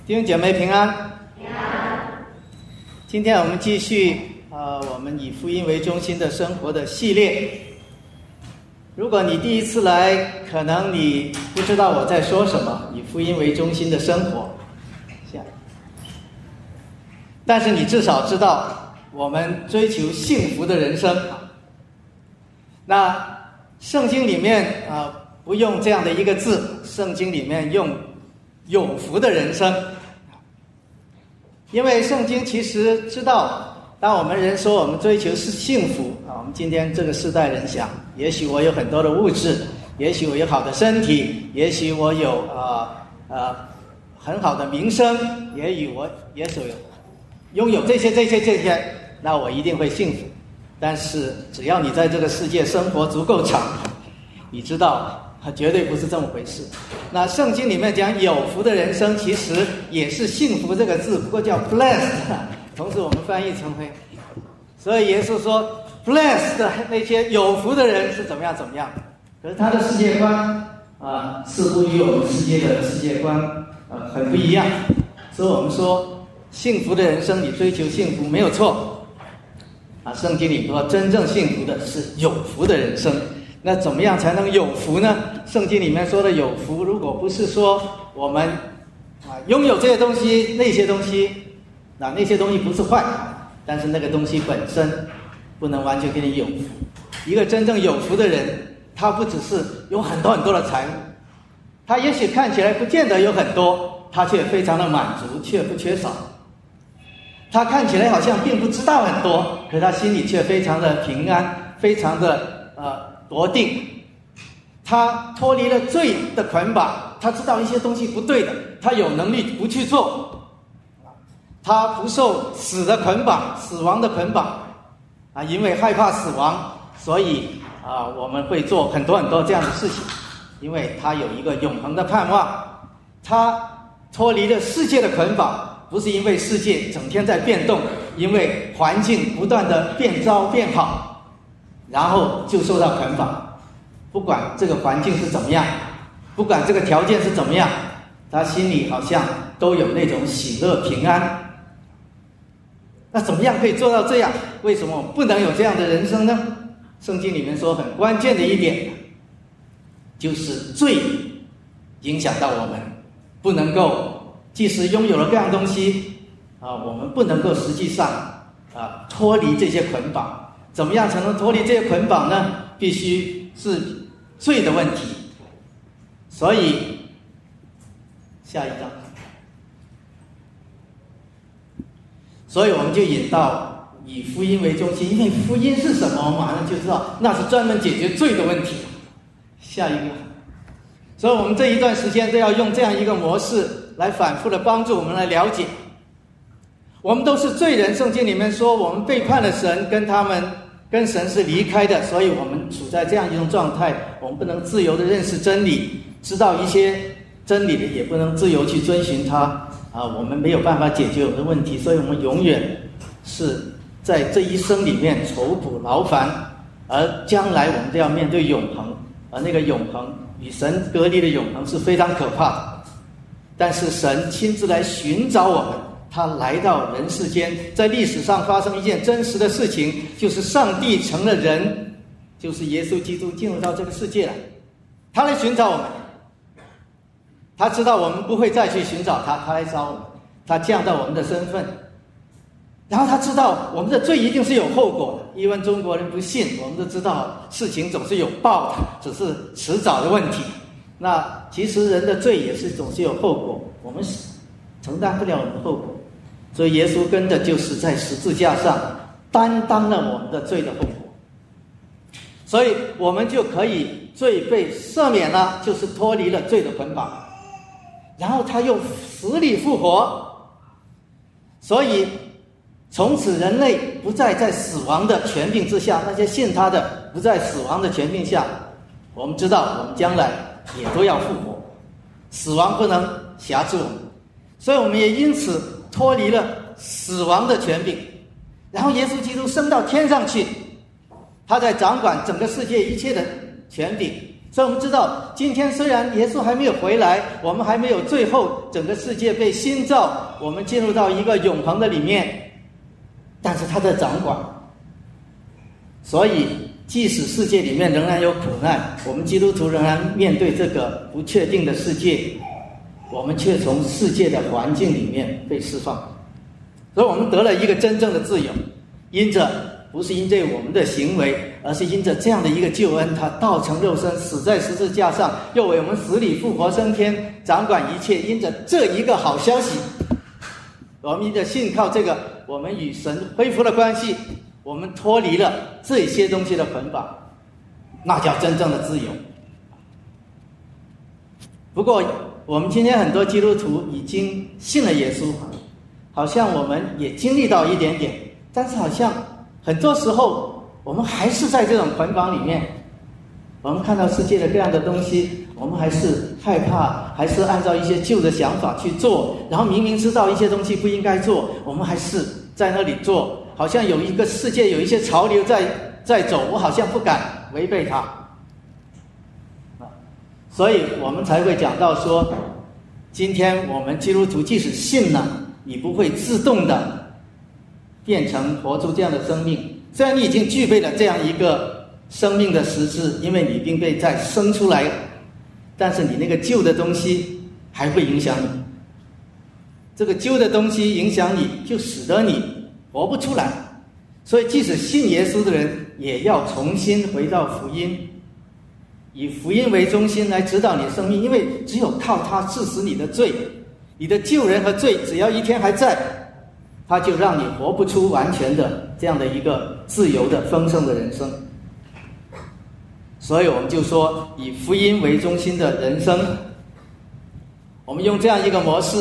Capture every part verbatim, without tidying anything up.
弟兄姐妹平安。 平安。 今天我们继续呃，我们以福音为中心的生活的系列。如果你第一次来，可能你不知道我在说什么，以福音为中心的生活。但是你至少知道我们追求幸福的人生。那圣经里面啊、呃，不用这样的一个字，圣经里面用有福的人生。因为圣经其实知道，当我们人说我们追求是幸福啊，我们今天这个世代人想，也许我有很多的物质，也许我有好的身体，也许我有呃呃很好的名声，也许我也许有拥有这些这些这些，那我一定会幸福。但是只要你在这个世界生活足够长，你知道它绝对不是这么回事。那圣经里面讲有福的人生，其实也是幸福这个字，不过叫 blessed， 同时我们翻译成为，所以耶稣说 blessed 的那些有福的人是怎么样怎么样。可是他的世界观啊，似乎与我们世界的世界观啊很不一样。所以我们说幸福的人生，你追求幸福没有错啊。圣经里说真正幸福的是有福的人生。那怎么样才能有福呢？圣经里面说的有福，如果不是说我们啊拥有这些东西那些东西，那那些东西不是坏，但是那个东西本身不能完全给你有福。一个真正有福的人，他不只是有很多很多的财物，他也许看起来不见得有很多，他却非常的满足，却不缺少。他看起来好像并不知道很多，可他心里却非常的平安，非常的呃笃定。他脱离了罪的捆绑，他知道一些东西不对的，他有能力不去做。他不受死的捆绑，死亡的捆绑啊，因为害怕死亡，所以啊我们会做很多很多这样的事情，因为他有一个永恒的盼望。他脱离了世界的捆绑，不是因为世界整天在变动，因为环境不断的变糟变好，然后就受到捆绑。不管这个环境是怎么样，不管这个条件是怎么样，他心里好像都有那种喜乐平安。那怎么样可以做到这样？为什么我们不能有这样的人生呢？圣经里面说很关键的一点，就是罪影响到我们，不能够即使拥有了各样东西啊，我们不能够实际上啊脱离这些捆绑。怎么样才能脱离这些捆绑呢？必须是罪的问题。所以下一章，所以我们就引到以福音为中心，因为福音是什么，我们马上就知道那是专门解决罪的问题。下一个，所以我们这一段时间都要用这样一个模式来反复的帮助我们来了解，我们都是罪人。圣经里面说我们背叛了神，跟他们跟神是离开的，所以我们处在这样一种状态，我们不能自由的认识真理，知道一些真理的，也不能自由去遵循它啊，我们没有办法解决我们的问题，所以我们永远是在这一生里面愁苦劳烦，而将来我们都要面对永恒，而那个永恒与神隔离的永恒是非常可怕的。但是神亲自来寻找我们，他来到人世间，在历史上发生一件真实的事情，就是上帝成了人，就是耶稣基督进入到这个世界来，他来寻找我们。他知道我们不会再去寻找他，他来找我们，他降到我们的身份，然后他知道我们的罪一定是有后果的，因为中国人不信，我们都知道事情总是有报的，只是迟早的问题。那其实人的罪也是总是有后果，我们承担不了我们的后果，所以耶稣跟着就是在十字架上担当了我们的罪的后果，所以我们就可以罪被赦免了，就是脱离了罪的捆绑。然后他又死里复活，所以从此人类不再在死亡的权柄之下，那些信他的不在死亡的权柄下。我们知道我们将来也都要复活，死亡不能辖制我们，所以我们也因此脱离了死亡的权柄。然后耶稣基督升到天上去，他在掌管整个世界一切的权柄， 所以我们知道，今天虽然耶稣还没有回来，我们还没有最后整个世界被新造，我们进入到一个永恒的里面，但是他在掌管。所以即使世界里面仍然有苦难，我们基督徒仍然面对这个不确定的世界，我们却从世界的环境里面被释放。所以我们得了一个真正的自由，因着不是因着我们的行为，而是因着这样的一个救恩，他道成肉身，死在十字架上，又为我们死里复活升天，掌管一切。因着这一个好消息，我们因着信靠这个，我们与神恢复了关系，我们脱离了这些东西的捆绑，那叫真正的自由。不过我们今天很多基督徒已经信了耶稣，好像我们也经历到一点点，但是好像很多时候我们还是在这种捆绑里面。我们看到世界的各样的东西，我们还是害怕，还是按照一些旧的想法去做，然后明明知道一些东西不应该做，我们还是在那里做，好像有一个世界有一些潮流在在走，我好像不敢违背它。所以我们才会讲到说，今天我们基督徒即使信了，你不会自动的变成活出这样的生命。虽然你已经具备了这样一个生命的实质，因为你并被再生出来，但是你那个旧的东西还会影响你。这个旧的东西影响你，就使得你活不出来。所以即使信耶稣的人，也要重新回到福音，以福音为中心来指导你的生命，因为只有靠它治死你的罪，你的旧人和罪只要一天还在，它就让你活不出完全的这样的一个自由的丰盛的人生。所以我们就说，以福音为中心的人生，我们用这样一个模式，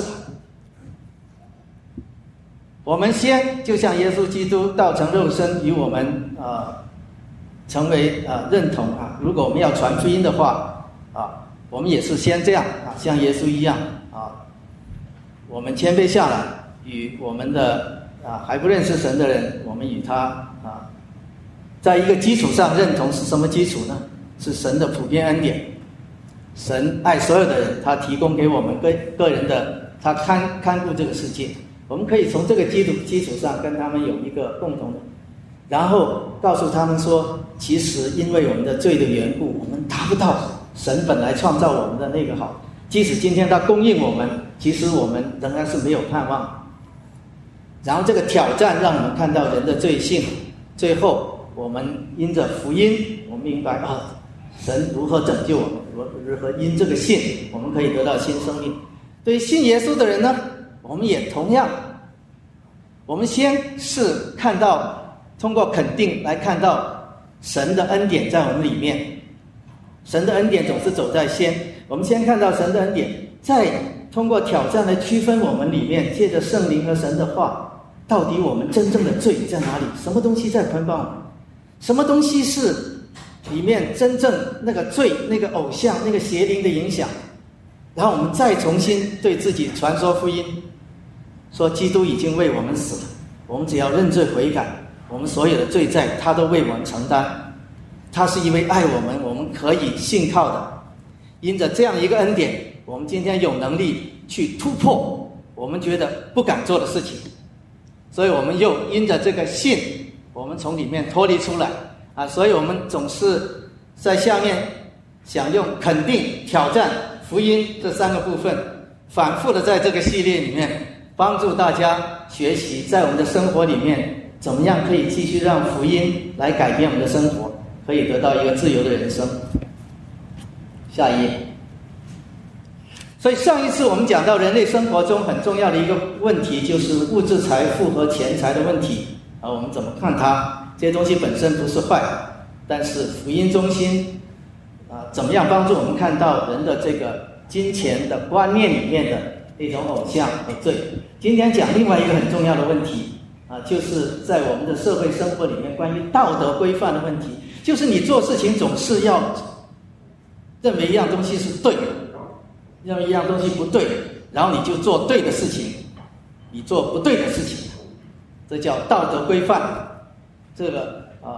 我们先就像耶稣基督道成肉身与我们呃成为呃认同啊。如果我们要传福音的话啊，我们也是先这样啊，像耶稣一样啊，我们谦卑下来，与我们的啊还不认识神的人，我们与他啊在一个基础上认同。是什么基础呢？是神的普遍恩典。神爱所有的人，他提供给我们个个人的，他看看顾这个世界。我们可以从这个基础基础上跟他们有一个共同的，然后告诉他们说，其实因为我们的罪的缘故，我们达不到神本来创造我们的那个好。即使今天他供应我们，其实我们仍然是没有盼望。然后这个挑战让我们看到人的罪性，最后我们因着福音，我们明白啊，神如何拯救我们，如何因这个信，我们可以得到新生命。对于信耶稣的人呢，我们也同样，我们先是看到，通过肯定来看到神的恩典在我们里面。神的恩典总是走在先，我们先看到神的恩典，再通过挑战来区分我们里面，借着圣灵和神的话，到底我们真正的罪在哪里？什么东西在捆绑我们？什么东西是里面真正那个罪、那个偶像、那个邪灵的影响？然后我们再重新对自己传说福音，说基督已经为我们死了，我们只要认罪悔改，我们所有的罪债他都为我们承担。他是因为爱我们，我们可以信靠的。因着这样一个恩典，我们今天有能力去突破我们觉得不敢做的事情。所以我们又因着这个信，我们从里面脱离出来啊！所以我们总是在下面想用肯定、挑战、福音这三个部分，反复的在这个系列里面帮助大家学习，在我们的生活里面怎么样可以继续让福音来改变我们的生活，可以得到一个自由的人生。下一页。所以上一次我们讲到人类生活中很重要的一个问题，就是物质财富和钱财的问题啊，我们怎么看它？这些东西本身不是坏，但是福音中心啊，怎么样帮助我们看到人的这个金钱的观念里面的那种偶像和罪？今天讲另外一个很重要的问题啊，就是在我们的社会生活里面关于道德规范的问题，就是你做事情总是要认为一样东西是对的，认为一样东西不对，然后你就做对的事情，你做不对的事情，这叫道德规范。这个啊，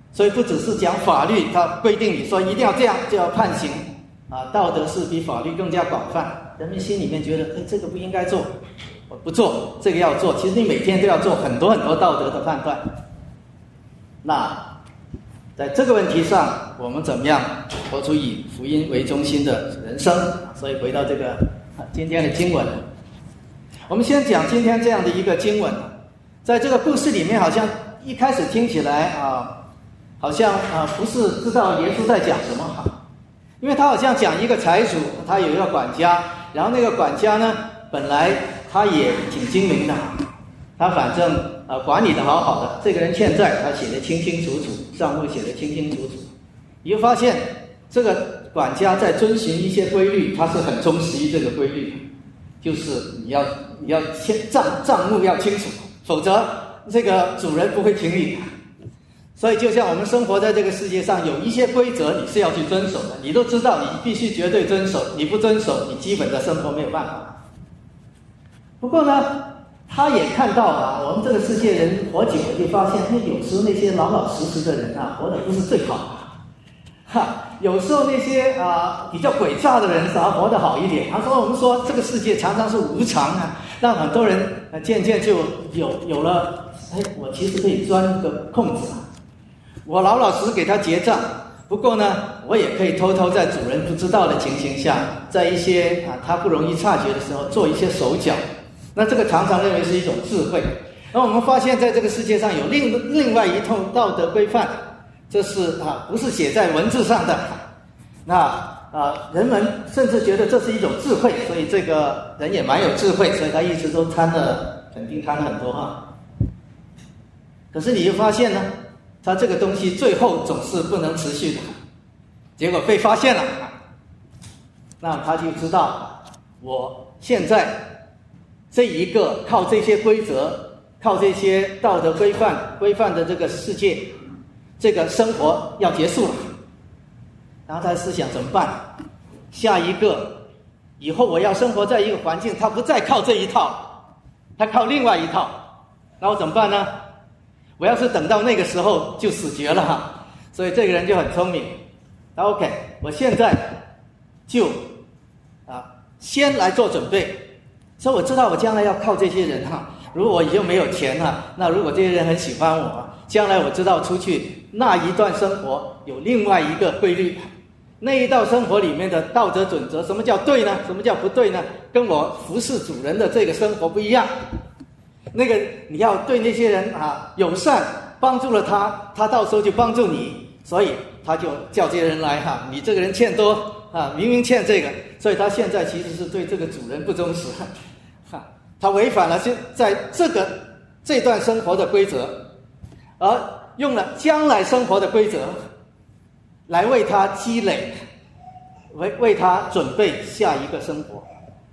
所以不只是讲法律，它规定你说一定要这样就要判刑啊，道德是比法律更加广泛。人们心里面觉得，哎，这个不应该做，我不做，这个要做。其实你每天都要做很多很多道德的判断。那在这个问题上，我们怎么样活出以福音为中心的人生？所以回到这个啊今天的经文，我们先讲今天这样的一个经文。在这个故事里面，好像一开始听起来啊，好像啊不是知道耶稣在讲什么哈，因为他好像讲一个财主，他有一个管家，然后那个管家呢，本来他也挺精明的，他反正呃管理的好好的，这个人欠债，他写得清清楚楚，账目写得清清楚楚，你就发现这个管家在遵循一些规律，他是很忠实于这个规律，就是你要你要账账目要清楚，否则这个主人不会听你。所以就像我们生活在这个世界上，有一些规则你是要去遵守的，你都知道你必须绝对遵守，你不遵守，你基本的生活没有办法。不过呢，他也看到啊，我们这个世界人活久了就发现，有时候那些老老实实的人啊，活得不是最好的。哈，有时候那些啊比较诡诈的人反而活得好一点。他说：“我们说这个世界常常是无常啊，让很多人呃渐渐就有有了，哎，我其实可以钻个空子啊，我老老实实给他结账。不过呢，我也可以偷偷在主人不知道的情形下，在一些啊他不容易察觉的时候做一些手脚。那这个常常认为是一种智慧。而我们发现，在这个世界上有另另外一套道德规范。”这是啊，不是写在文字上的。那啊，人们甚至觉得这是一种智慧，所以这个人也蛮有智慧，所以他一直都贪了，肯定贪了很多啊。可是你就发现呢，他这个东西最后总是不能持续的，结果被发现了，那他就知道，我现在这一个靠这些规则、靠这些道德规范规范的这个世界。这个生活要结束了，然后他思想怎么办？下一个，以后我要生活在一个环境，他不再靠这一套，他靠另外一套，那我怎么办呢？我要是等到那个时候就死绝了哈。所以这个人就很聪明，那 OK， 我现在就啊先来做准备，所以我知道我将来要靠这些人哈。如果我以后没有钱哈，那如果这些人很喜欢我，将来我知道出去那一段生活有另外一个规律，那一道生活里面的道德准则，什么叫对呢？什么叫不对呢？跟我服侍主人的这个生活不一样。那个你要对那些人啊友善，帮助了他，他到时候就帮助你，所以他就叫这些人来哈，你这个人欠多啊，明明欠这个，所以他现在其实是对这个主人不忠实，哈，他违反了在这个这段生活的规则。而用了将来生活的规则来为他积累，为为他准备下一个生活。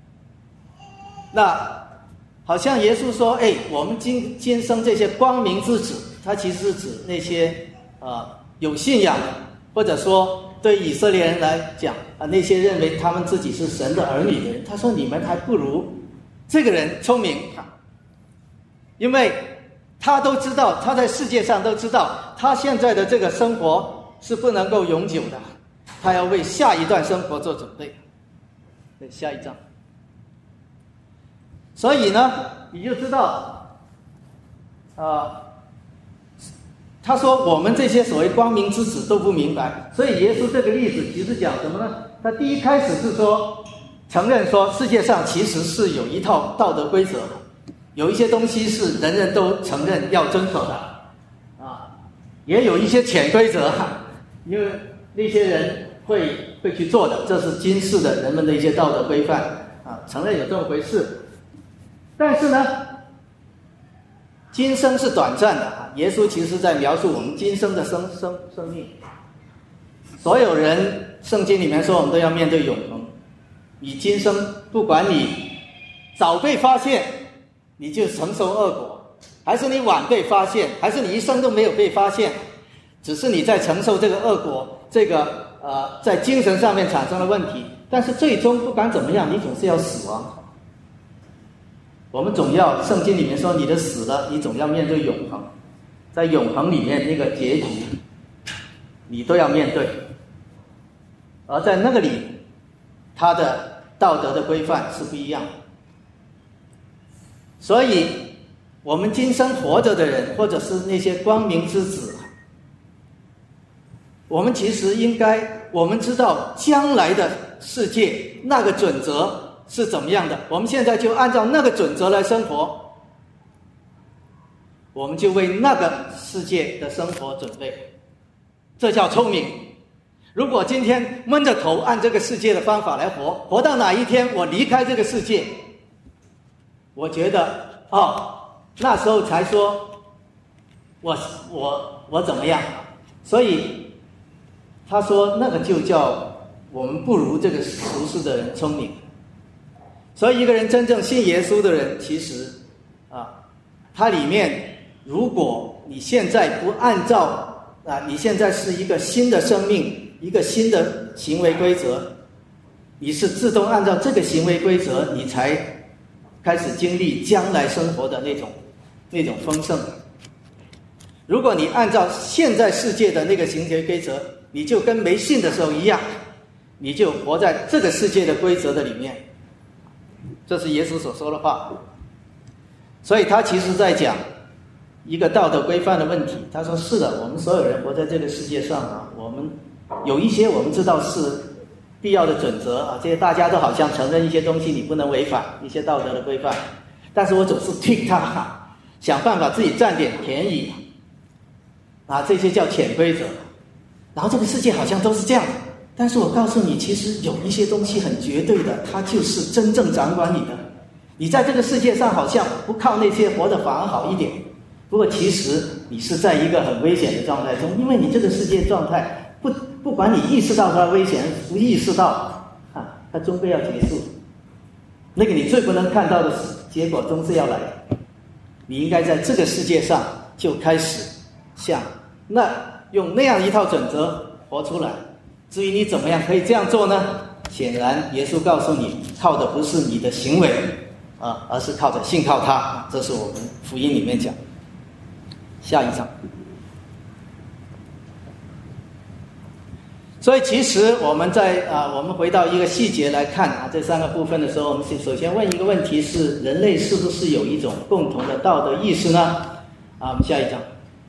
那好像耶稣说，哎，我们今今生这些光明之子，他其实是指那些呃有信仰的，或者说对以色列人来讲啊，那些认为他们自己是神的儿女的人，他说你们还不如这个人聪明，因为他都知道，他在世界上都知道，他现在的这个生活是不能够永久的，他要为下一段生活做准备。对，下一章。所以呢，你就知道，呃，他说我们这些所谓光明之子都不明白，所以耶稣这个例子其实讲什么呢？他第一开始是说，承认说世界上其实是有一套道德规则。有一些东西是人人都承认要遵守的，啊，也有一些潜规则，因为那些人会会去做的，这是今世的人们的一些道德规范啊，承认有这么回事。但是呢，今生是短暂的啊，耶稣其实在描述我们今生的生生生命。所有人，圣经里面说我们都要面对永恒。你今生不管你早被发现，你就承受恶果，还是你晚被发现，还是你一生都没有被发现，只是你在承受这个恶果，这个呃在精神上面产生了问题，但是最终不管怎么样，你总是要死亡。我们总要，圣经里面说你的死了，你总要面对永恒，在永恒里面那个结局你都要面对。而在那个里，他的道德的规范是不一样的。所以我们今生活着的人，或者是那些光明之子，我们其实应该，我们知道将来的世界那个准则是怎么样的，我们现在就按照那个准则来生活，我们就为那个世界的生活准备，这叫聪明。如果今天闷着头按这个世界的方法来活，活到哪一天我离开这个世界，我觉得哦，那时候才说我我我怎么样。所以他说那个就叫我们不如这个俗世的人聪明。所以一个人真正信耶稣的人，其实啊，他里面如果你现在不按照啊，你现在是一个新的生命，一个新的行为规则，你是自动按照这个行为规则，你才开始经历将来生活的那种那种丰盛。如果你按照现在世界的那个行为规则，你就跟没信的时候一样，你就活在这个世界的规则的里面。这是耶稣所说的话。所以他其实在讲一个道德规范的问题。他说是的，我们所有人活在这个世界上啊，我们有一些我们知道是必要的准则啊，这些大家都好像承认一些东西你不能违反，一些道德的规范，但是我总是踢它，想办法自己占点便宜啊，这些叫潜规则。然后这个世界好像都是这样，但是我告诉你，其实有一些东西很绝对的，它就是真正掌管你的。你在这个世界上好像不靠那些活得反而好一点，不过其实你是在一个很危险的状态中，因为你这个世界状态不不管你意识到它的危险，不意识到啊，它终归要结束。那个你最不能看到的结果终是要来的。你应该在这个世界上就开始像那用那样一套准则活出来。至于你怎么样可以这样做呢？显然耶稣告诉你，靠的不是你的行为啊，而是靠着信靠他。这是我们福音里面讲。下一章。所以其实我们在啊，我们回到一个细节来看啊，这三个部分的时候，我们首先问一个问题是：人类是不是有一种共同的道德意识呢？啊，我们下一章。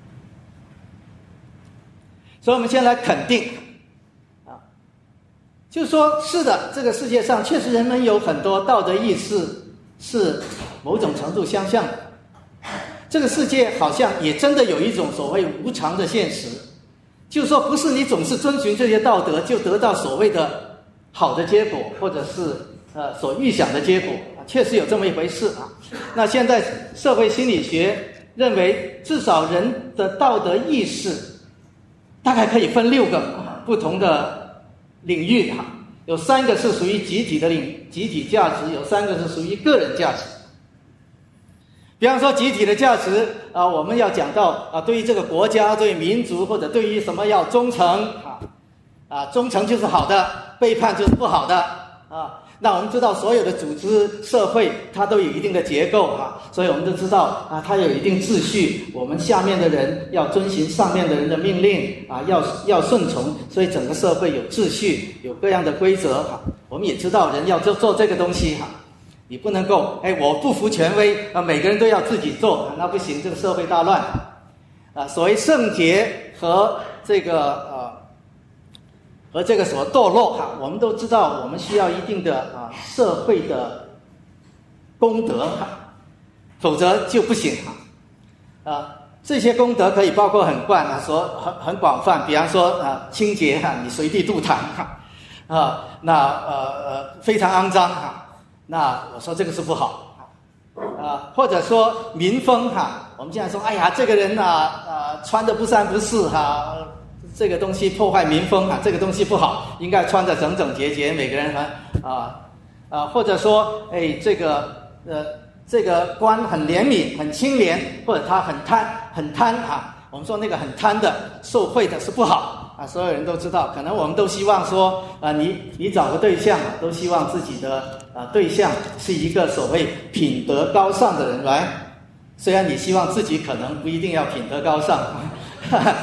所以我们先来肯定啊，就是说是的，这个世界上确实人们有很多道德意识是某种程度相像的。这个世界好像也真的有一种所谓无常的现实，就是说不是你总是遵循这些道德就得到所谓的好的结果，或者是呃所预想的结果，确实有这么一回事啊。那现在社会心理学认为，至少人的道德意识大概可以分六个不同的领域哈，有三个是属于集体的领集体价值，有三个是属于个人价值。比方说集体的价值啊，我们要讲到啊，对于这个国家、对于民族或者对于什么要忠诚啊，啊，忠诚就是好的，背叛就是不好的啊。那我们知道所有的组织社会它都有一定的结构啊，所以我们都知道啊，它有一定秩序，我们下面的人要遵循上面的人的命令啊，要要顺从，所以整个社会有秩序，有各样的规则哈。我们也知道人要做做这个东西哈，你不能够哎我不服权威啊，每个人都要自己做，那不行，这个社会大乱啊。所谓圣洁和这个呃。和这个所堕落哈，我们都知道，我们需要一定的啊社会的功德哈，否则就不行哈。啊，这些功德可以包括很广啊，说很很广泛，比方说啊清洁哈，你随地吐痰哈，啊那呃呃非常肮脏哈，那我说这个是不好啊，或者说民风哈，我们现在说哎呀这个人啊啊穿的不三不四哈。这个东西破坏民风啊，这个东西不好，应该穿得整整洁洁，每个人很啊啊，或者说，哎，这个呃，这个官很怜悯、很清廉，或者他很贪、很贪啊。我们说那个很贪的、受贿的是不好啊，所有人都知道。可能我们都希望说啊，你你找个对象，都希望自己的啊对象是一个所谓品德高尚的人来。虽然你希望自己可能不一定要品德高尚。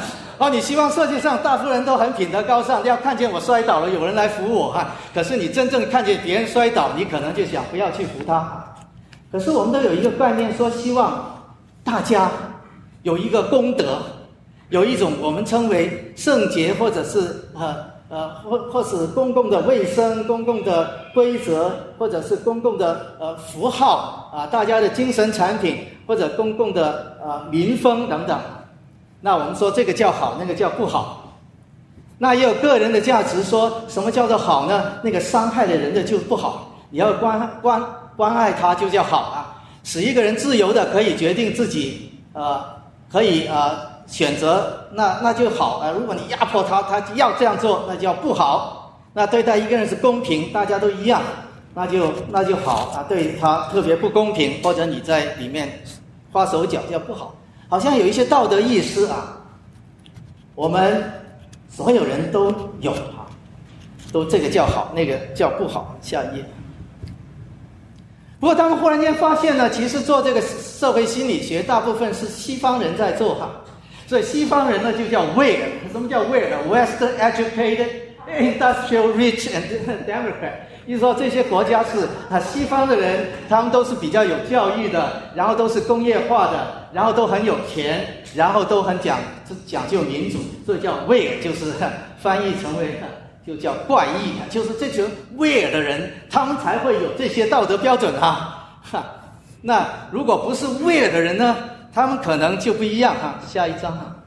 哦，你希望世界上大部分人都很品德高尚，要看见我摔倒了，有人来扶我哈。可是你真正看见别人摔倒，你可能就想不要去扶他。可是我们都有一个概念，说希望大家有一个公德，有一种我们称为圣洁，或者是呃呃或或是公共的卫生、公共的规则，或者是公共的呃符号啊，大家的精神产品，或者公共的呃民风等等。那我们说这个叫好，那个叫不好。那也有个人的价值，说什么叫做好呢？那个伤害了人的就不好，你要关关关爱他就叫好啊。使一个人自由的可以决定自己呃可以呃选择，那那就好啊。如果你压迫他，他要这样做，那叫不好。那对待一个人是公平，大家都一样，那就那就好啊。对他特别不公平，或者你在里面花手脚，叫不好。好像有一些道德意识啊，我们所有人都有啊，都这个叫好，那个叫不好。下一页。不过他们忽然间发现呢，其实做这个社会心理学，大部分是西方人在做哈。所以西方人呢就叫 Where， 什么叫 Where 呢 ？Western educated, industrial, rich and democrat。意思说这些国家是啊，西方的人他们都是比较有教育的，然后都是工业化的，然后都很有钱，然后都很讲讲究民主，所以叫 Where， 就是翻译成为就叫怪异，就是这群 Where 的人，他们才会有这些道德标准啊。哈，那如果不是 Where 的人呢，他们可能就不一样哈。下一章哈。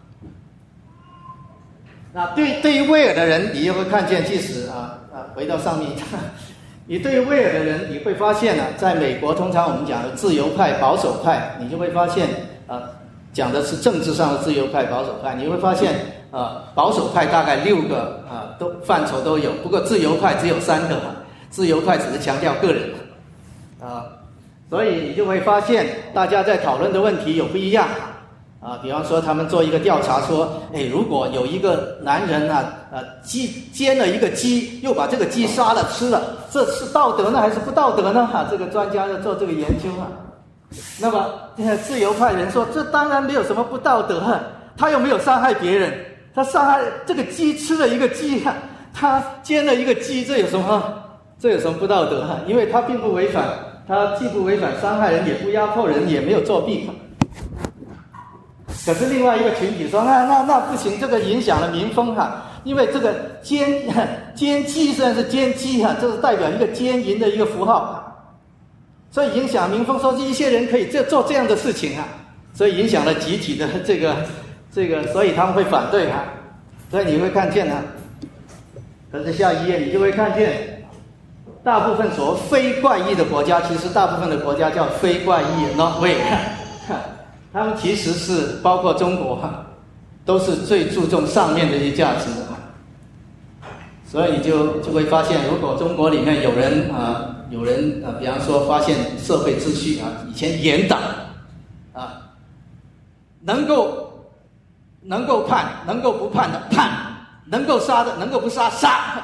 那对对于 Where 的人，你就会看见，即使啊啊回到上面，你对于 Where 的人，你会发现呢、啊，在美国通常我们讲的自由派、保守派，你就会发现啊，讲的是政治上的自由派、保守派，你会发现啊，保守派大概六个啊都范畴都有，不过自由派只有三个，自由派只是强调个人啊，所以你就会发现大家在讨论的问题有不一样。啊，比方说他们做一个调查说，哎，如果有一个男人啊，呃，鸡煎了一个鸡，又把这个鸡杀了吃了，这是道德呢还是不道德呢？哈、啊，这个专家要做这个研究啊。那么自由派人说，这当然没有什么不道德，啊、他又没有伤害别人，他伤害这个鸡吃了一个鸡，啊、他煎了一个鸡，这有什么？这有什么不道德？哈、啊，因为他并不违反，他既不违反伤害人，也不压迫人，也没有作弊。可是另外一个群体说，那那那不行，这个影响了民风哈、啊，因为这个奸奸鸡虽然是奸鸡哈、啊，这是代表一个奸淫的一个符号、啊，所以影响民风，说一些人可以这做这样的事情啊，所以影响了集体的这个这个，所以他们会反对哈、啊，所以你会看见呢、啊，可是下一页你就会看见，大部分所谓非怪异的国家，其实大部分的国家叫非怪异 ，not way。他们其实是包括中国哈，都是最注重上面的一些价值的哈，所以你就就会发现，如果中国里面有人啊，有人啊，比方说发现社会秩序啊，以前严打啊，能够能够判，能够不判的判，能够杀的能够不杀杀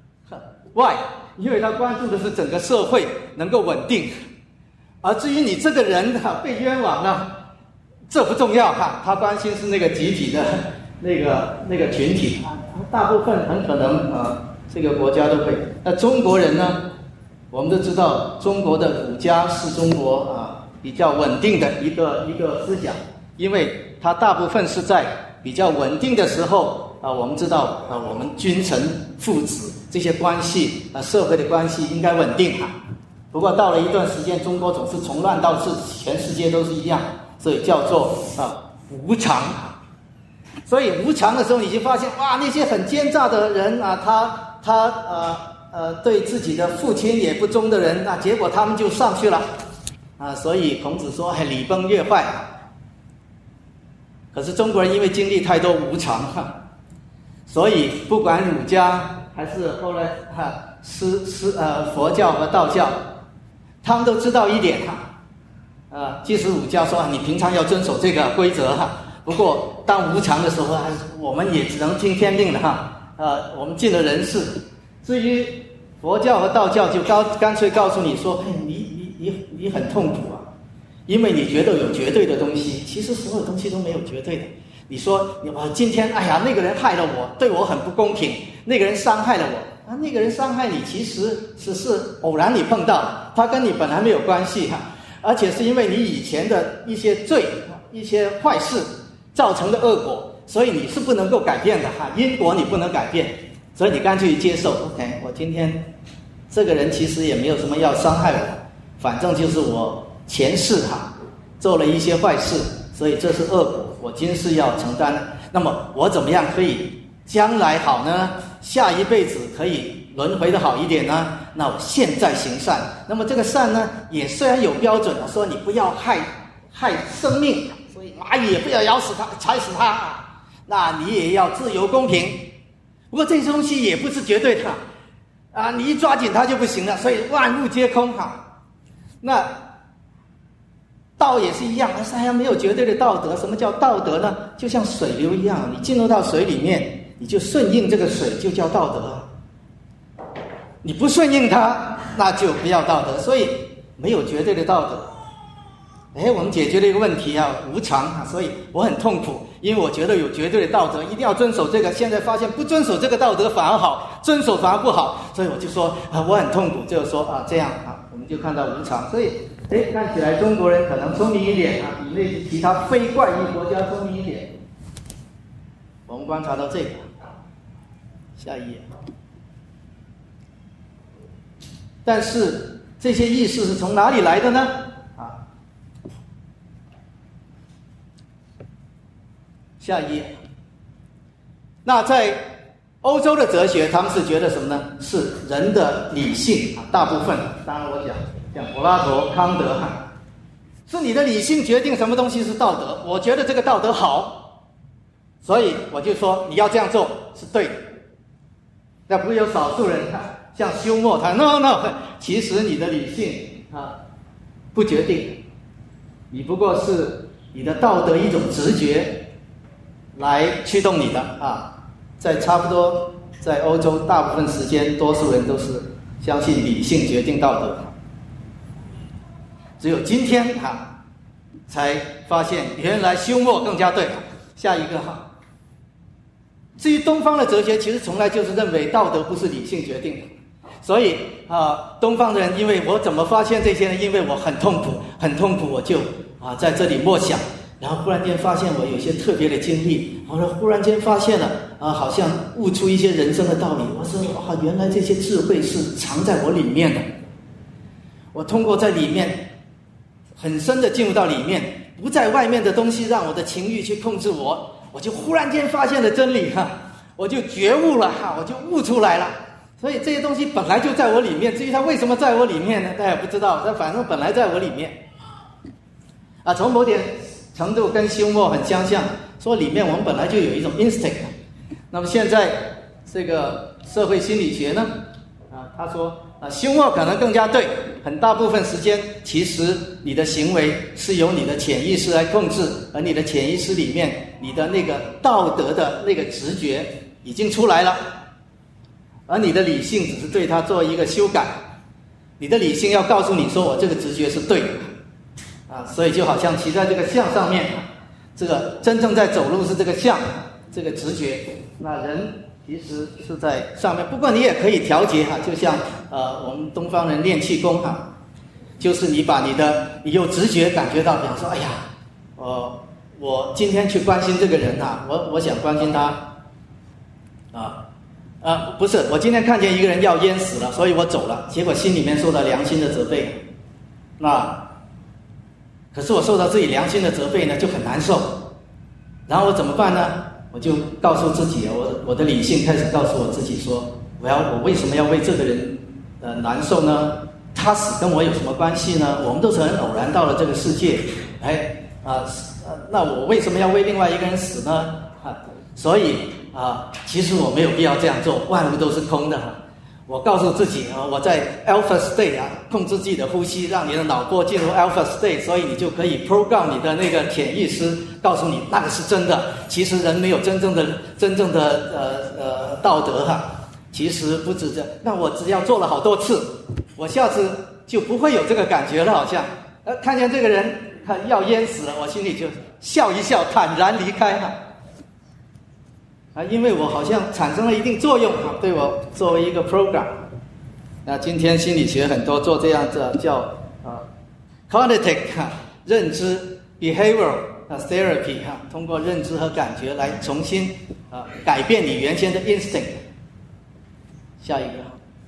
，why？ 因为他关注的是整个社会能够稳定，而至于你这个人啊被冤枉了。这不重要哈，他关心是那个集体的那个那个群体，大部分很可能啊，这个国家都会。那中国人呢，我们都知道，中国的儒家是中国啊比较稳定的一个一个思想，因为它大部分是在比较稳定的时候啊，我们知道啊，我们君臣父子这些关系啊，社会的关系应该稳定哈。不过到了一段时间，中国总是从乱到治，全世界都是一样。所以叫做啊无常，所以无常的时候，你就发现哇，那些很奸诈的人啊，他他呃呃对自己的父亲也不忠的人，那结果他们就上去了啊。所以孔子说，哎，礼崩乐坏。可是中国人因为经历太多无常哈，所以不管儒家还是后来哈师师呃佛教和道教，他们都知道一点哈。啊，即使儒家说你平常要遵守这个规则哈，不过当无常的时候，我们也只能听天命了哈。呃，我们尽了人事。至于佛教和道教，就高干脆告诉你说，嘿，你你你你很痛苦啊，因为你觉得有绝对的东西，其实所有东西都没有绝对的。 你说我今天哎呀那个人害了我，对我很不公平，那个人伤害了我啊，那个人伤害你其实只是偶然你碰到的，他跟你本来没有关系哈，而且是因为你以前的一些罪、一些坏事造成的恶果，所以你是不能够改变的哈，因果你不能改变，所以你干脆接受。OK， 我今天这个人其实也没有什么要伤害我，反正就是我前世哈做了一些坏事，所以这是恶果，我今世要承担。那么我怎么样可以将来好呢？下一辈子可以轮回的好一点呢？那我现在行善。那么这个善呢，也虽然有标准的，说你不要害害生命，所以蚂蚁也不要咬死它、踩死它，那你也要自由公平。不过这些东西也不是绝对的啊，你一抓紧它就不行了，所以万物皆空哈。那道也是一样，但是没有绝对的道德。什么叫道德呢？就像水流一样，你进入到水里面，你就顺应这个水，就叫道德。你不顺应它，那就不要道德。所以没有绝对的道德。哎，我们解决了一个问题啊，无常啊，所以我很痛苦，因为我觉得有绝对的道德，一定要遵守这个。现在发现不遵守这个道德反而好，遵守反而不好，所以我就说啊，我很痛苦，就说啊这样啊，我们就看到无常。所以，哎，看起来中国人可能聪明一点啊，比那些其他非怪异国家聪明一点。我们观察到这个，下一页。但是这些意识是从哪里来的呢？啊，下一页。那在欧洲的哲学，他们是觉得什么呢？是人的理性啊，大部分，当然我讲像柏拉图、康德哈，是你的理性决定什么东西是道德。我觉得这个道德好，所以我就说你要这样做是对的。那不是有少数人看。像休谟他 no no， 其实你的理性啊不决定，你不过是你的道德一种直觉来驱动你的啊。在差不多在欧洲大部分时间，多数人都是相信理性决定道德，只有今天啊才发现原来休谟更加对。下一个哈。至于东方的哲学，其实从来就是认为道德不是理性决定的。所以啊，东方的人，因为我怎么发现这些呢？因为我很痛苦，很痛苦，我就啊在这里默想，然后忽然间发现我有一些特别的经历，我说忽然间发现了啊，好像悟出一些人生的道理。我说哇，原来这些智慧是藏在我里面的。我通过在里面很深的进入到里面，不在外面的东西让我的情欲去控制我，我就忽然间发现了真理哈，我就觉悟了哈，我就悟出来了。所以这些东西本来就在我里面，至于它为什么在我里面呢？大家也不知道，但反正本来在我里面。啊，从某点程度跟休谟很相像，说里面我们本来就有一种 instinct。那么现在这个社会心理学呢，啊，他说啊，休谟可能更加对，很大部分时间其实你的行为是由你的潜意识来控制，而你的潜意识里面，你的那个道德的那个直觉已经出来了。而你的理性只是对它做一个修改，你的理性要告诉你说我这个直觉是对的，啊，所以就好像骑在这个象上面，这个真正在走路是这个象，这个直觉，那人其实是在上面。不过你也可以调节哈，就像呃我们东方人练气功哈，就是你把你的你有直觉感觉到，比方说，哎呀，呃我今天去关心这个人啊，我我想关心他，啊。啊，不是，我今天看见一个人要淹死了，所以我走了，结果心里面受到良心的责备。那可是我受到自己良心的责备呢，就很难受。然后我怎么办呢？我就告诉自己，我我的理性开始告诉我自己说，我要我为什么要为这个人呃难受呢？他死跟我有什么关系呢？我们都是很偶然到了这个世界，哎啊呃，那我为什么要为另外一个人死呢？啊，所以。啊，其实我没有必要这样做，万物都是空的。我告诉自己啊，我在 alpha state 啊，控制自己的呼吸，让你的脑波进入 alpha state， 所以你就可以 program 你的那个潜意识，告诉你那个是真的。其实人没有真正的真正的呃呃道德哈，其实不止这。那我只要做了好多次，我下次就不会有这个感觉了，好像呃看见这个人看要淹死了，我心里就笑一笑，坦然离开哈。 啊，因为我好像产生了一定作用啊，对我作为一个 program。那今天心理学很多做这样的叫啊 cognitive 哈、啊、认知 behavioral 啊 therapy 哈、啊，通过认知和感觉来重新啊改变你原先的 instinct。下一个。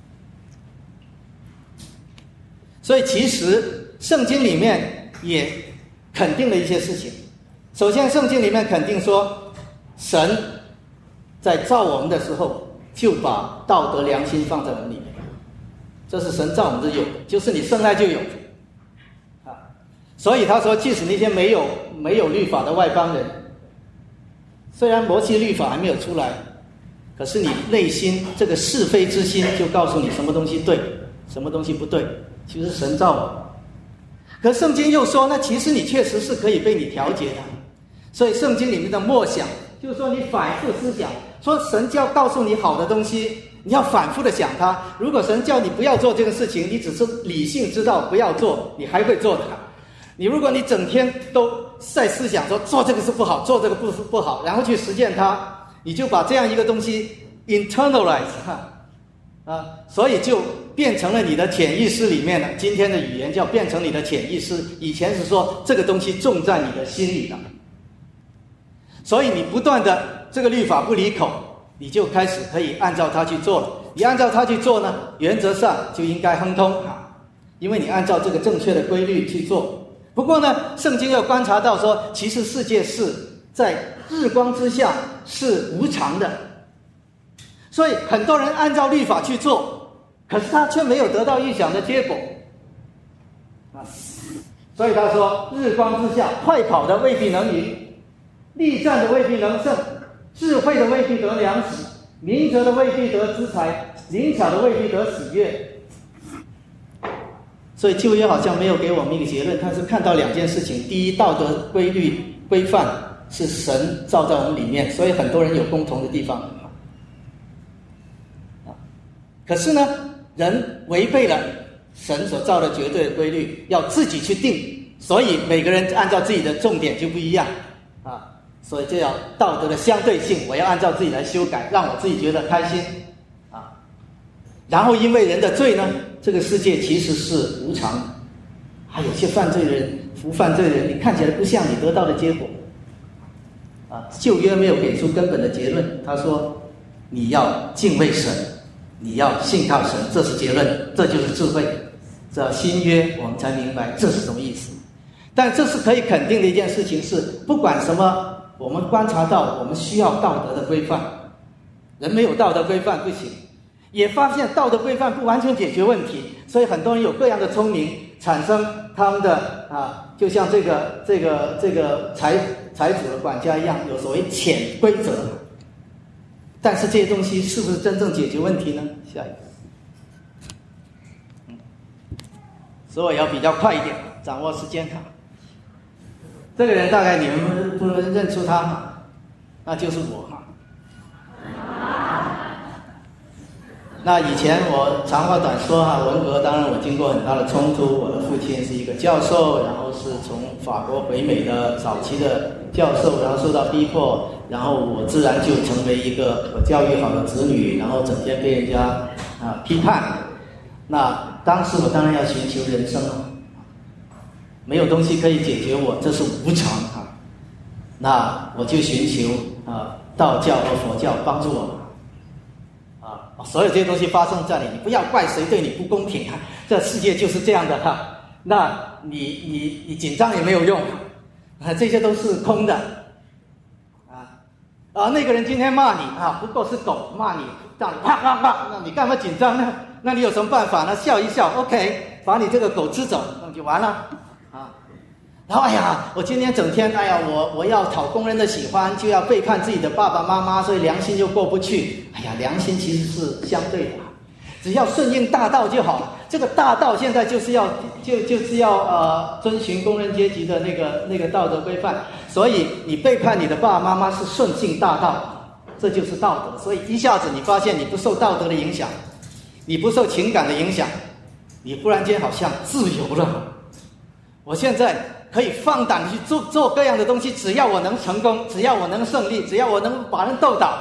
所以其实圣经里面也肯定了一些事情。首先圣经里面肯定说，神在造我们的时候就把道德良心放在我们里面，这是神造我们的有，就是你生来就有啊。所以他说，即使那些没有没有律法的外邦人，虽然摩西律法还没有出来，可是你内心这个是非之心就告诉你什么东西对，什么东西不对。其实神造我，可圣经又说，那其实你确实是可以被你调节的。所以圣经里面的默想就是说，你反复思想，说神叫告诉你好的东西，你要反复的想它。如果神叫你不要做这个事情，你只是理性知道不要做，你还会做的。你如果你整天都在思想说做这个是不好，做这个不是不好，然后去实践它，你就把这样一个东西 internalize 哈啊，所以就变成了你的潜意识里面了。今天的语言叫变成你的潜意识，以前是说这个东西种在你的心里了。所以你不断的这个律法不离口，你就开始可以按照它去做了。你按照它去做呢，原则上就应该亨通啊，因为你按照这个正确的规律去做。不过呢，圣经又观察到说，其实世界是在日光之下是无常的，所以很多人按照律法去做，可是他却没有得到预想的结果啊。所以他说，日光之下，快跑的未必能赢，力战的未必能胜，智慧的未必得良喜，明哲的未必得资财，灵巧的未必得喜悦。所以旧约好像没有给我们一个结论，他是看到两件事情：第一，道德规律规范是神造在我们里面，所以很多人有共同的地方。可是呢，人违背了神所造的绝对的规律，要自己去定，所以每个人按照自己的重点就不一样啊。所以这叫道德的相对性，我要按照自己来修改，让我自己觉得开心啊。然后因为人的罪呢，这个世界其实是无常的，还有些犯罪的人服犯罪的人，你看起来不像你得到的结果啊。旧约没有给出根本的结论，他说你要敬畏神，你要信靠神，这是结论，这就是智慧。这新约我们才明白这是什么意思。但这是可以肯定的一件事情是，不管什么，我们观察到我们需要道德的规范，人没有道德规范不行。也发现道德规范不完全解决问题，所以很多人有各样的聪明，产生他们的啊，就像这个这个这个财财主的管家一样，有所谓潜规则。但是这些东西是不是真正解决问题呢？下一个，嗯，所以我要比较快一点，掌握时间哈。这个人大概你们不能认出他哈，那就是我哈。那以前我长话短说哈，文革当然我经过很大的冲突，我的父亲是一个教授，然后是从法国回美的早期的教授，然后受到逼迫，然后我自然就成为一个我教育好的子女，然后整天被人家啊批判。那当时我当然要寻求人生了，没有东西可以解决我，这是无常啊。那我就寻求啊道教和佛教帮助我。所有这些东西发生在你，你不要怪谁对你不公平啊！这世界就是这样的哈。那你你你紧张也没有用啊，这些都是空的啊啊！那个人今天骂你啊，不过是狗骂你，让你啪啪啪，那你干嘛紧张呢？那你有什么办法呢？笑一笑 ，OK， 把你这个狗吃走，那就完了啊。然后哎呀，我今天整天哎呀，我我要讨工人的喜欢，就要背叛自己的爸爸妈妈，所以良心就过不去。哎呀，良心其实是相对的，只要顺应大道就好了。这个大道现在就是要就就是要呃遵循工人阶级的那个那个道德规范，所以你背叛你的爸爸妈妈是顺性大道，这就是道德。所以一下子你发现你不受道德的影响，你不受情感的影响，你忽然间好像自由了。我现在可以放胆去做做各样的东西，只要我能成功，只要我能胜利，只要我能把人斗倒哈，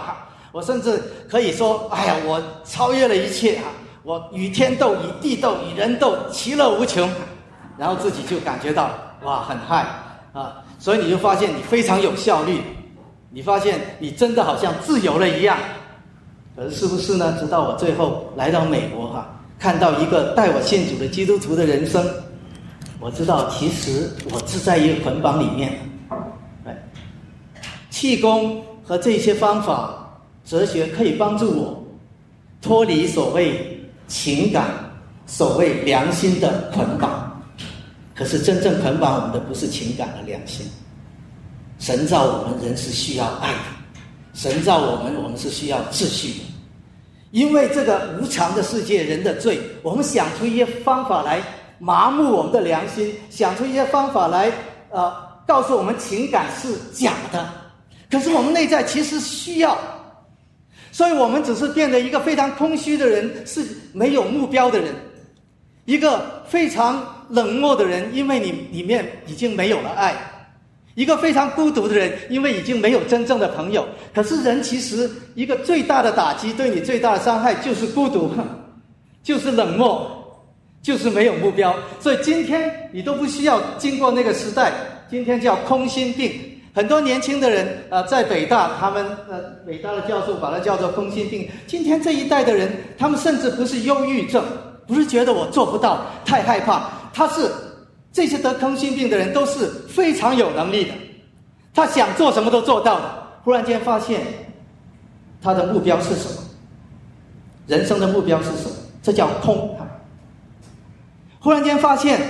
我甚至可以说，哎呀，我超越了一切啊！我与天斗，与地斗，与人斗，其乐无穷。然后自己就感觉到哇，很嗨啊！所以你就发现你非常有效率，你发现你真的好像自由了一样。可是是不是呢？直到我最后来到美国哈、啊，看到一个带我信主的基督徒的人生，我知道其实我是在一个捆绑里面。对，气功和这些方法、哲学可以帮助我脱离所谓情感、所谓良心的捆绑。可是真正捆绑我们的不是情感的良心。神造我们人是需要爱的，神造我们我们是需要秩序的。因为这个无常的世界，人的罪，我们想出一些方法来麻木我们的良心，想出一些方法来呃告诉我们情感是假的。可是我们内在其实需要，所以我们只是变得一个非常空虚的人，是没有目标的人，一个非常冷漠的人，因为你里面已经没有了爱，一个非常孤独的人，因为已经没有真正的朋友。可是人其实一个最大的打击，对你最大的伤害就是孤独，就是冷漠，就是没有目标。所以今天你都不需要经过那个时代，今天叫空心病。很多年轻的人呃，在北大，他们呃北大的教授把它叫做空心病。今天这一代的人，他们甚至不是忧郁症，不是觉得我做不到，太害怕，他是这些得空心病的人都是非常有能力的，他想做什么都做到的。忽然间发现他的目标是什么，人生的目标是什么，这叫空。忽然间发现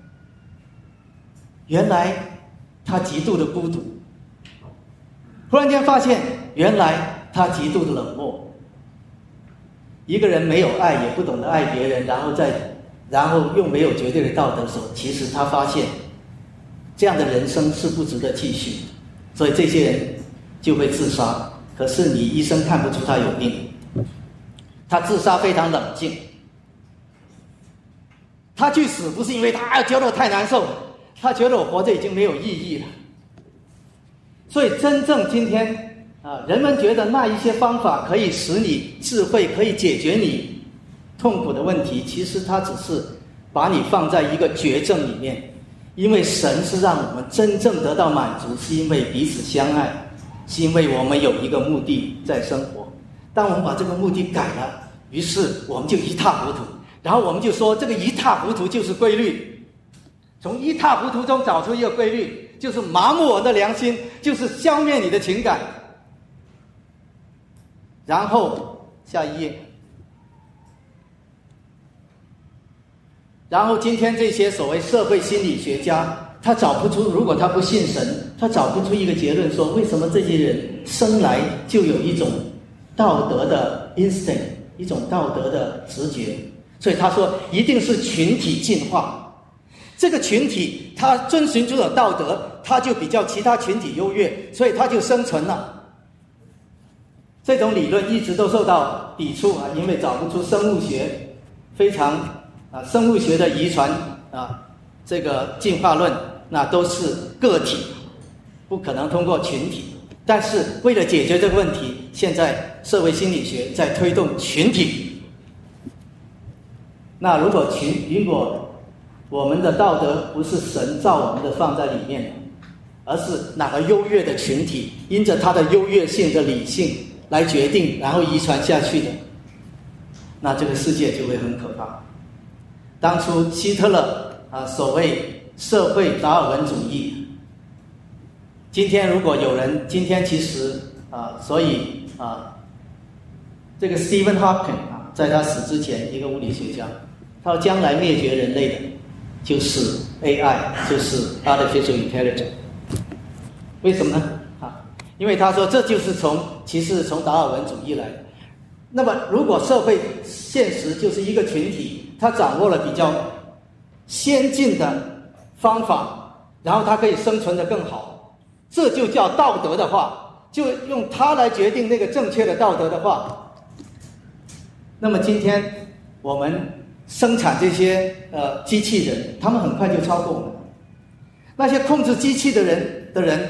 原来他极度的孤独，忽然间发现原来他极度的冷漠。一个人没有爱，也不懂得爱别人，然后再然后又没有绝对的道德的时候，其实他发现这样的人生是不值得继续，所以这些人就会自杀。可是你医生看不出他有病，他自杀非常冷静。他去死不是因为他觉得我太难受了，他觉得我活着已经没有意义了。所以真正今天啊，人们觉得那一些方法可以使你智慧，可以解决你痛苦的问题，其实它只是把你放在一个绝症里面。因为神是让我们真正得到满足，是因为彼此相爱，是因为我们有一个目的在生活。当我们把这个目的改了，于是我们就一塌糊涂，然后我们就说这个一塌糊涂就是规律，从一塌糊涂中找出一个规律，就是麻木我的良心，就是消灭你的情感。然后下一页，然后今天这些所谓社会心理学家，他找不出，如果他不信神，他找不出一个结论说为什么这些人生来就有一种道德的 instinct， 一种道德的直觉。所以他说一定是群体进化，这个群体他遵循这种道德，他就比较其他群体优越，所以他就生存了。这种理论一直都受到抵触啊，因为找不出生物学非常啊生物学的遗传啊这个进化论，那都是个体，不可能通过群体。但是为了解决这个问题，现在社会心理学在推动群体。那如果群如果我们的道德不是神造我们的放在里面，而是哪个优越的群体因着它的优越性的理性来决定，然后遗传下去的，那这个世界就会很可怕。当初希特勒啊，所谓社会达尔文主义，今天如果有人，今天其实啊，所以啊，这个 Stephen Hawking 啊，在他死之前，一个物理学家，他说将来灭绝人类的就是 A I， 就是 Artificial Intelligence。为什么呢？因为他说这就是从其实是从达尔文主义来的。那么如果社会现实就是一个群体，他掌握了比较先进的方法，然后他可以生存得更好，这就叫道德的话，就用它来决定那个正确的道德的话，那么今天我们生产这些呃机器人，他们很快就超过我们。那些控制机器的人的人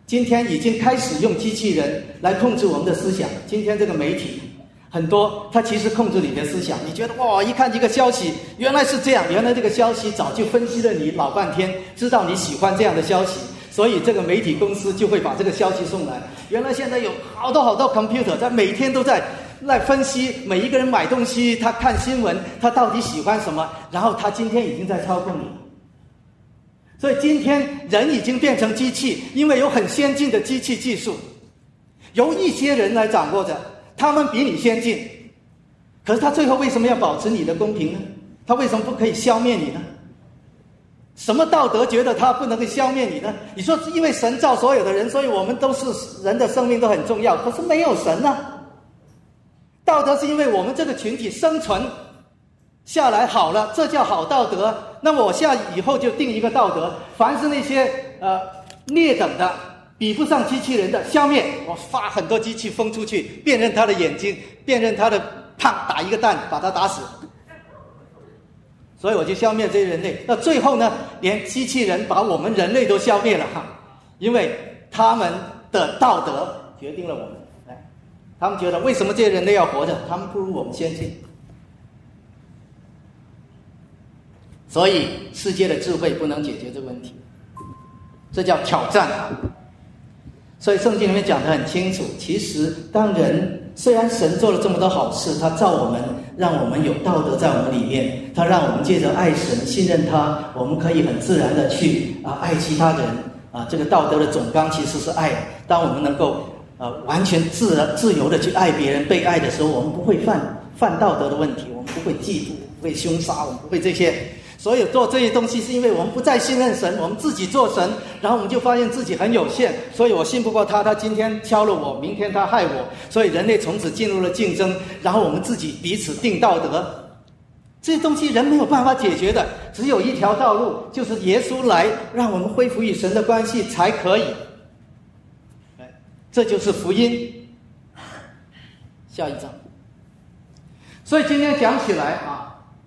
今天已经开始用机器人来控制我们的思想。今天这个媒体很多，它其实控制你的思想。你觉得哇，一看这个消息，原来是这样，原来这个消息早就分析了你老半天，知道你喜欢这样的消息，所以这个媒体公司就会把这个消息送来。原来现在有好多好多 computer 在每天都在来分析每一个人买东西，他看新闻，他到底喜欢什么，然后他今天已经在操控你。所以今天人已经变成机器，因为有很先进的机器技术，由一些人来掌握着，他们比你先进，可是他最后为什么要保持你的公平呢？他为什么不可以消灭你呢？什么道德觉得他不能够消灭你呢？你说因为神造所有的人，所以我们都是人的生命都很重要，可是没有神啊。道德是因为我们这个群体生存下来好了，这叫好道德。那么我下以后就定一个道德，凡是那些呃劣等的比不上机器人的消灭，我发很多机器疯出去，辨认他的眼睛，辨认他的胖，打一个蛋把他打死。所以我就消灭这些人类。那最后呢，连机器人把我们人类都消灭了哈，因为他们的道德决定了我们。来，他们觉得为什么这些人类要活着？他们不如我们先进。所以世界的智慧不能解决这个问题，这叫挑战啊。所以圣经里面讲得很清楚，其实当人虽然神做了这么多好事，他造我们，让我们有道德在我们里面，他让我们借着爱神信任他，我们可以很自然的去啊爱其他人啊。这个道德的总纲其实是爱。当我们能够呃完全自然自由的去爱别人，被爱的时候，我们不会犯犯道德的问题，我们不会嫉妒，不会凶杀，我们不会这些。所有做这些东西是因为我们不再信任神，我们自己做神，然后我们就发现自己很有限，所以我信不过他，他今天敲了我，明天他害我，所以人类从此进入了竞争，然后我们自己彼此定道德。这些东西人没有办法解决的，只有一条道路，就是耶稣来让我们恢复与神的关系才可以。这就是福音。下一章。所以今天讲起来啊，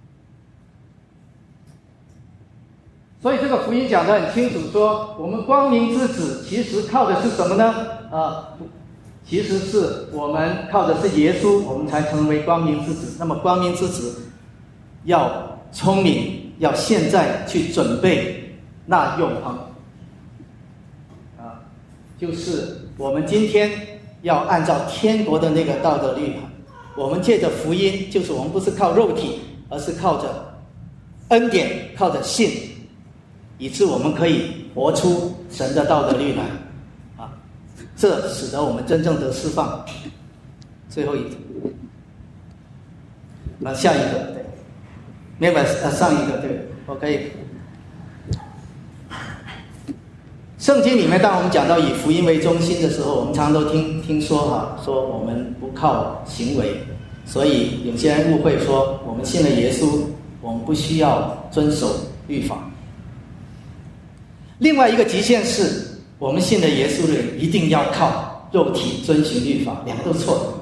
所以这个福音讲得很清楚，说我们光明之子其实靠的是什么呢？啊，其实是我们靠的是耶稣，我们才成为光明之子。那么光明之子要聪明，要现在去准备那永恒。啊，就是我们今天要按照天国的那个道德律法，我们借着福音，就是我们不是靠肉体，而是靠着恩典，靠着信，以致我们可以活出神的道德律来，啊，这使得我们真正得释放。最后一个，那下一个，对，没有，呃，上一个，对，我可以。圣经里面，当我们讲到以福音为中心的时候，我们常常都听听说哈，说我们不靠行为，所以有些人误会说，我们信了耶稣，我们不需要遵守律法。另外一个极限是，我们信了耶稣的人一定要靠肉体遵循律法，两个都错的。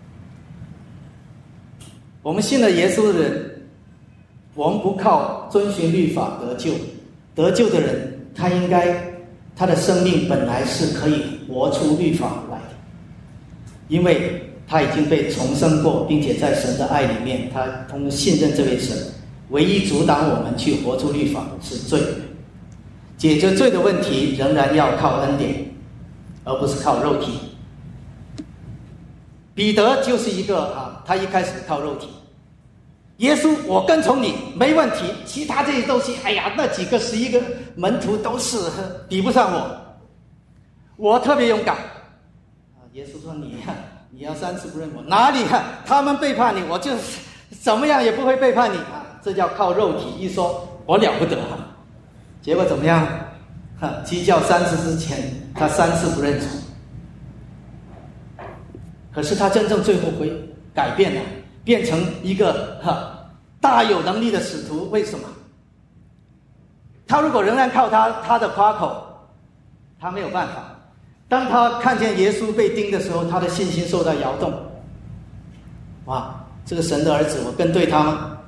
我们信了耶稣的人，我们不靠遵循律法得救，得救的人他应该他的生命本来是可以活出律法来的，因为他已经被重生过，并且在神的爱里面，他通过信任这位神，唯一阻挡我们去活出律法的是罪。解决罪的问题仍然要靠恩典，而不是靠肉体。彼得就是一个啊，他一开始靠肉体。耶稣，我跟从你没问题，其他这些东西，哎呀，那几个十一个门徒都是比不上我，我特别勇敢。啊，耶稣说你呀、啊，你要三次不认我，哪里啊？他们背叛你，我就怎么样也不会背叛你啊！这叫靠肉体。一说我了不得，结果怎么样？哈，鸡叫三次之前，他三次不认主。可是他真正最后会改变了，变成一个哈大有能力的使徒。为什么？他如果仍然靠他他的夸口，他没有办法。当他看见耶稣被钉的时候，他的信心受到摇动。哇，这个神的儿子，我跟对他吗？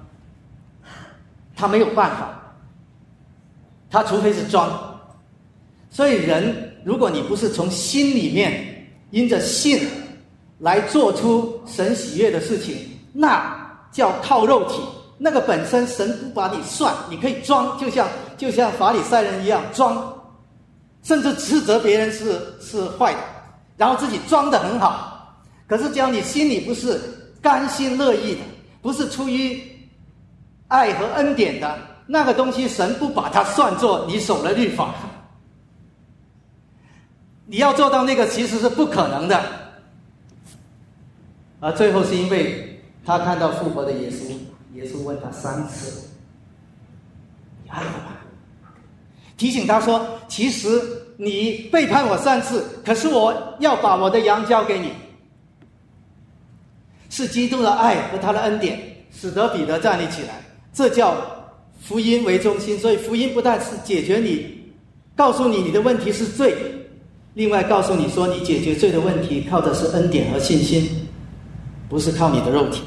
他没有办法，他除非是装。所以人如果你不是从心里面因着信来做出神喜悦的事情，那叫靠肉体。那个本身神不把你算，你可以装，就像就像法利赛人一样装，甚至指责别人是是坏的，然后自己装得很好。可是只要你心里不是甘心乐意的，不是出于爱和恩典的，那个东西神不把它算作你守了律法。你要做到那个其实是不可能的。而最后是因为他看到复活的耶稣，耶稣问他三次：“你爱我吗？”提醒他说：“其实你背叛我三次，可是我要把我的羊交给你。”是基督的爱和他的恩典使得彼得站立起来，这叫福音为中心。所以福音不但是解决你，告诉你你的问题是罪，另外告诉你说你解决罪的问题靠的是恩典和信心，不是靠你的肉体。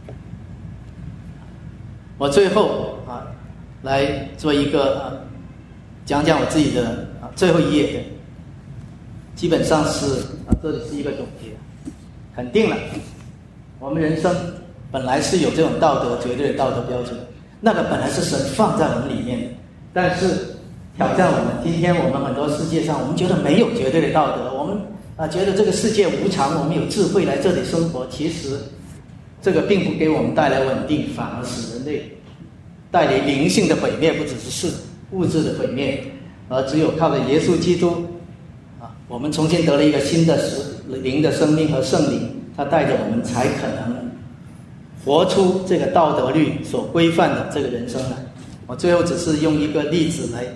我最后啊，来做一个啊，讲讲我自己的啊最后一页的，基本上是啊，这里是一个总结，肯定了，我们人生本来是有这种道德绝对的道德标准，那个本来是神放在我们里面的，但是挑战我们，今天我们很多世界上，我们觉得没有绝对的道德，我们啊觉得这个世界无常，我们有智慧来这里生活，其实这个并不给我们带来稳定，反而使人类带来灵性的毁灭，不只是物质的毁灭，而只有靠着耶稣基督啊，我们重新得了一个新的灵的生命和圣灵，他带着我们才可能活出这个道德律所规范的这个人生来。我最后只是用一个例子来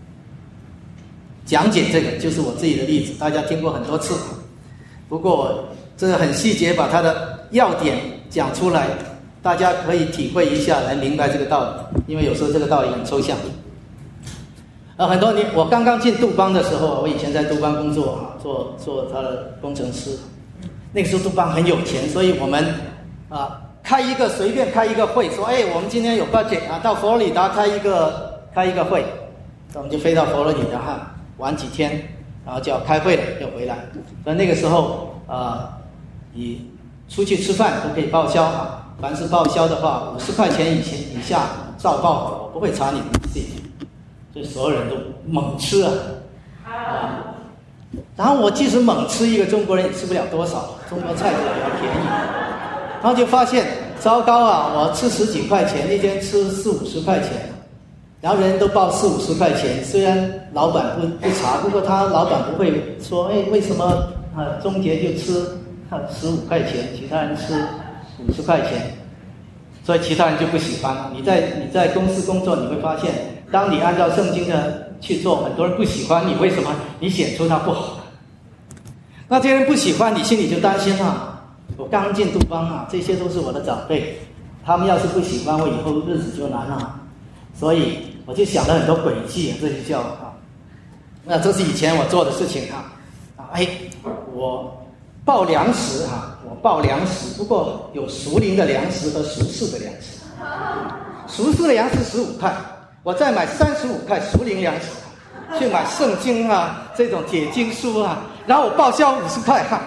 讲解这个，就是我自己的例子，大家听过很多次，不过我这个很细节把它的要点讲出来，大家可以体会一下来明白这个道理，因为有时候这个道理很抽象。呃，很多年我刚刚进杜邦的时候，我以前在杜邦工作啊，做做他的工程师。那个时候杜邦很有钱，所以我们啊开一个随便开一个会，说哎我们今天有 budget 啊，到佛罗里达开一个开一个会，我们就飞到佛罗里达哈玩几天，然后就要开会了，又回来。所以那个时候啊，你出去吃饭都可以报销啊，凡是报销的话，五十块钱以前以下照报，我不会查你的 receipt， 所以所有人都猛吃啊。啊然后我即使猛吃，一个中国人也吃不了多少，中国菜就比较便宜。然后就发现糟糕啊，我吃十几块钱，那天吃四五十块钱，然后人人都报四五十块钱，虽然老板不不查，不过他老板不会说，哎，为什么啊钟杰就吃啊十五块钱，其他人吃五十块钱，所以其他人就不喜欢。你在你在公司工作，你会发现，当你按照圣经的去做，很多人不喜欢你，为什么？你显出他不好。那这些人不喜欢你，心里就担心啊。我刚进杜邦啊，这些都是我的长辈，他们要是不喜欢我，以后日子就难了。所以我就想了很多诡计，这就叫啊，那这是以前我做的事情啊。啊，哎，我报粮食哈，我报粮食，不过有属灵的粮食和属世的粮食。属世的粮食十五块，我再买三十五块属灵粮食，去买圣经啊，这种解经书啊，然后我报销五十块哈。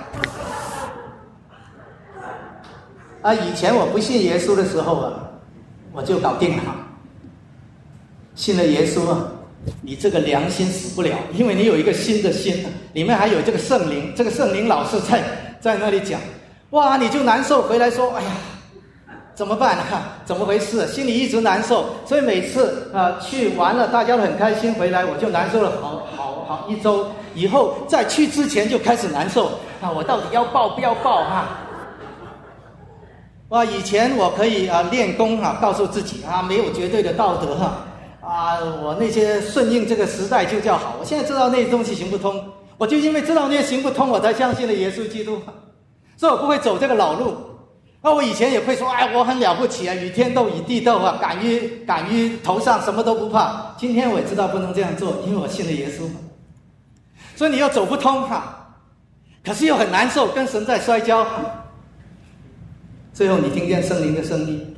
啊，以前我不信耶稣的时候啊，我就搞定了。信了耶稣啊，你这个良心死不了，因为你有一个新的心，里面还有这个圣灵，这个圣灵老是在在那里讲，哇，你就难受，回来说，哎呀，怎么办啊？怎么回事？心里一直难受，所以每次啊、呃、去玩了，大家都很开心，回来我就难受了好好好一周，以后在去之前就开始难受啊，我到底要报不要报啊？哇，以前我可以啊练功啊，告诉自己啊没有绝对的道德哈。啊，我那些顺应这个时代就叫好。我现在知道那些东西行不通，我就因为知道那些行不通，我才相信了耶稣基督，所以我不会走这个老路。那我以前也会说，哎，我很了不起啊，与天斗，与地斗啊，敢于敢于头上，什么都不怕。今天我也知道不能这样做，因为我信了耶稣。所以你又走不通哈，可是又很难受，跟神在摔跤。最后你听见圣灵的声音，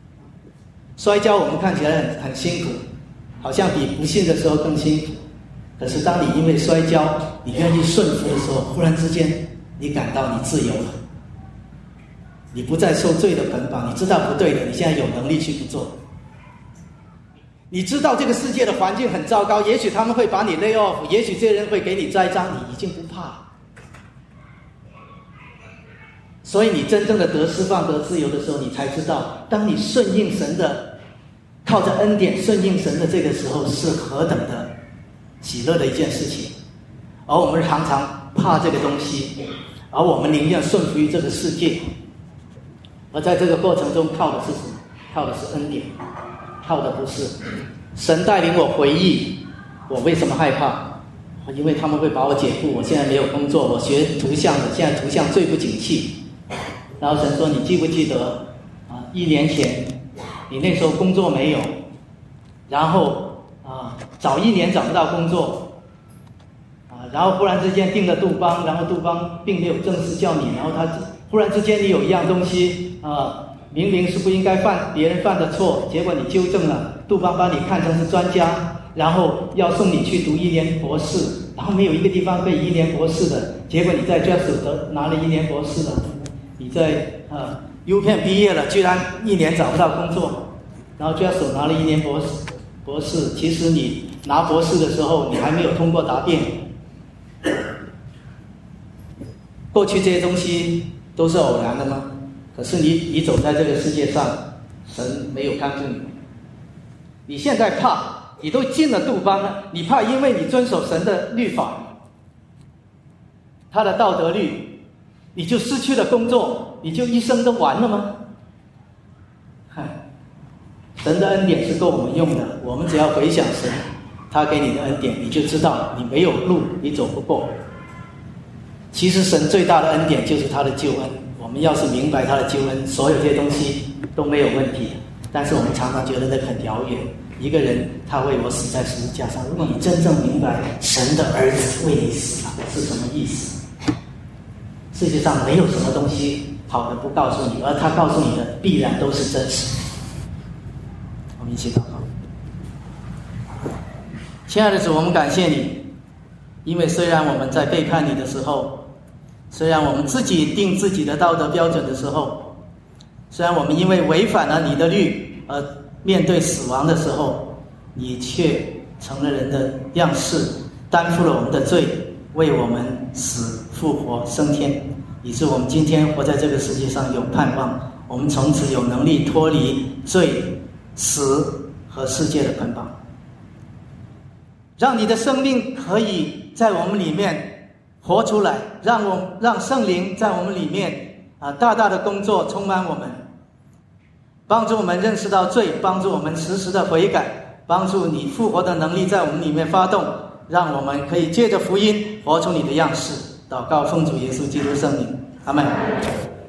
摔跤我们看起来很很辛苦。好像比不信的时候更辛苦， 可是当你因为摔跤，你愿意顺服的时候，忽然之间你感到你自由了，你不再受罪的捆绑，你知道不对的，你现在有能力去不做。你知道这个世界的环境很糟糕，也许他们会把你 lay off， 也许这些人会给你栽赃，你已经不怕。所以你真正的得释放得自由的时候，你才知道，当你顺应神的，靠着恩典顺应神的这个时候，是何等的喜乐的一件事情。而我们常常怕这个东西，而我们宁愿顺服于这个世界，而在这个过程中靠的是什么？靠的是恩典，靠的不是神带领我回忆我为什么害怕，因为他们会把我解雇，我现在没有工作，我学图像的，现在图像最不景气。然后神说，你记不记得啊？一年前你那时候工作没有，然后啊早一年找不到工作啊，然后忽然之间订了杜邦，然后杜邦并没有正式叫你，然后他忽然之间你有一样东西啊，明明是不应该犯别人犯的错，结果你纠正了，杜邦把你看成是专家，然后要送你去读一年博士，然后没有一个地方可以一年博士的，结果你在 J A S 得拿了一年博士了，你在呃 U Penn 毕业了，居然一年找不到工作，然后 J A S 拿了一年博士，博士其实你拿博士的时候，你还没有通过答辩。过去这些东西都是偶然的吗？可是你你走在这个世界上，神没有看住你。你现在怕，你都进了杜邦了，你怕因为你遵守神的律法，他的道德律，你就失去了工作，你就一生都完了吗？神的恩典是够我们用的，我们只要回想神他给你的恩典，你就知道你没有路你走不过。其实神最大的恩典就是他的救恩，我们要是明白他的救恩，所有这些东西都没有问题。但是我们常常觉得那很遥远，一个人他为我死在十字架上，如果你真正明白神的儿子为你死了是什么意思，世界上没有什么东西好的不告诉你，而他告诉你的必然都是真实。我们一起祷告。亲爱的主，我们感谢你，因为虽然我们在背叛你的时候，虽然我们自己定自己的道德标准的时候，虽然我们因为违反了你的律而面对死亡的时候，你却成了人的样式，担负了我们的罪，为我们死复活升天，以致我们今天活在这个世界上有盼望，我们从此有能力脱离罪、死和世界的捆绑。让你的生命可以在我们里面活出来，让我让圣灵在我们里面啊大大的工作，充满我们，帮助我们认识到罪，帮助我们时时的悔改，帮助你复活的能力在我们里面发动，让我们可以借着福音活出你的样式。祷告奉主耶稣基督圣名，阿们。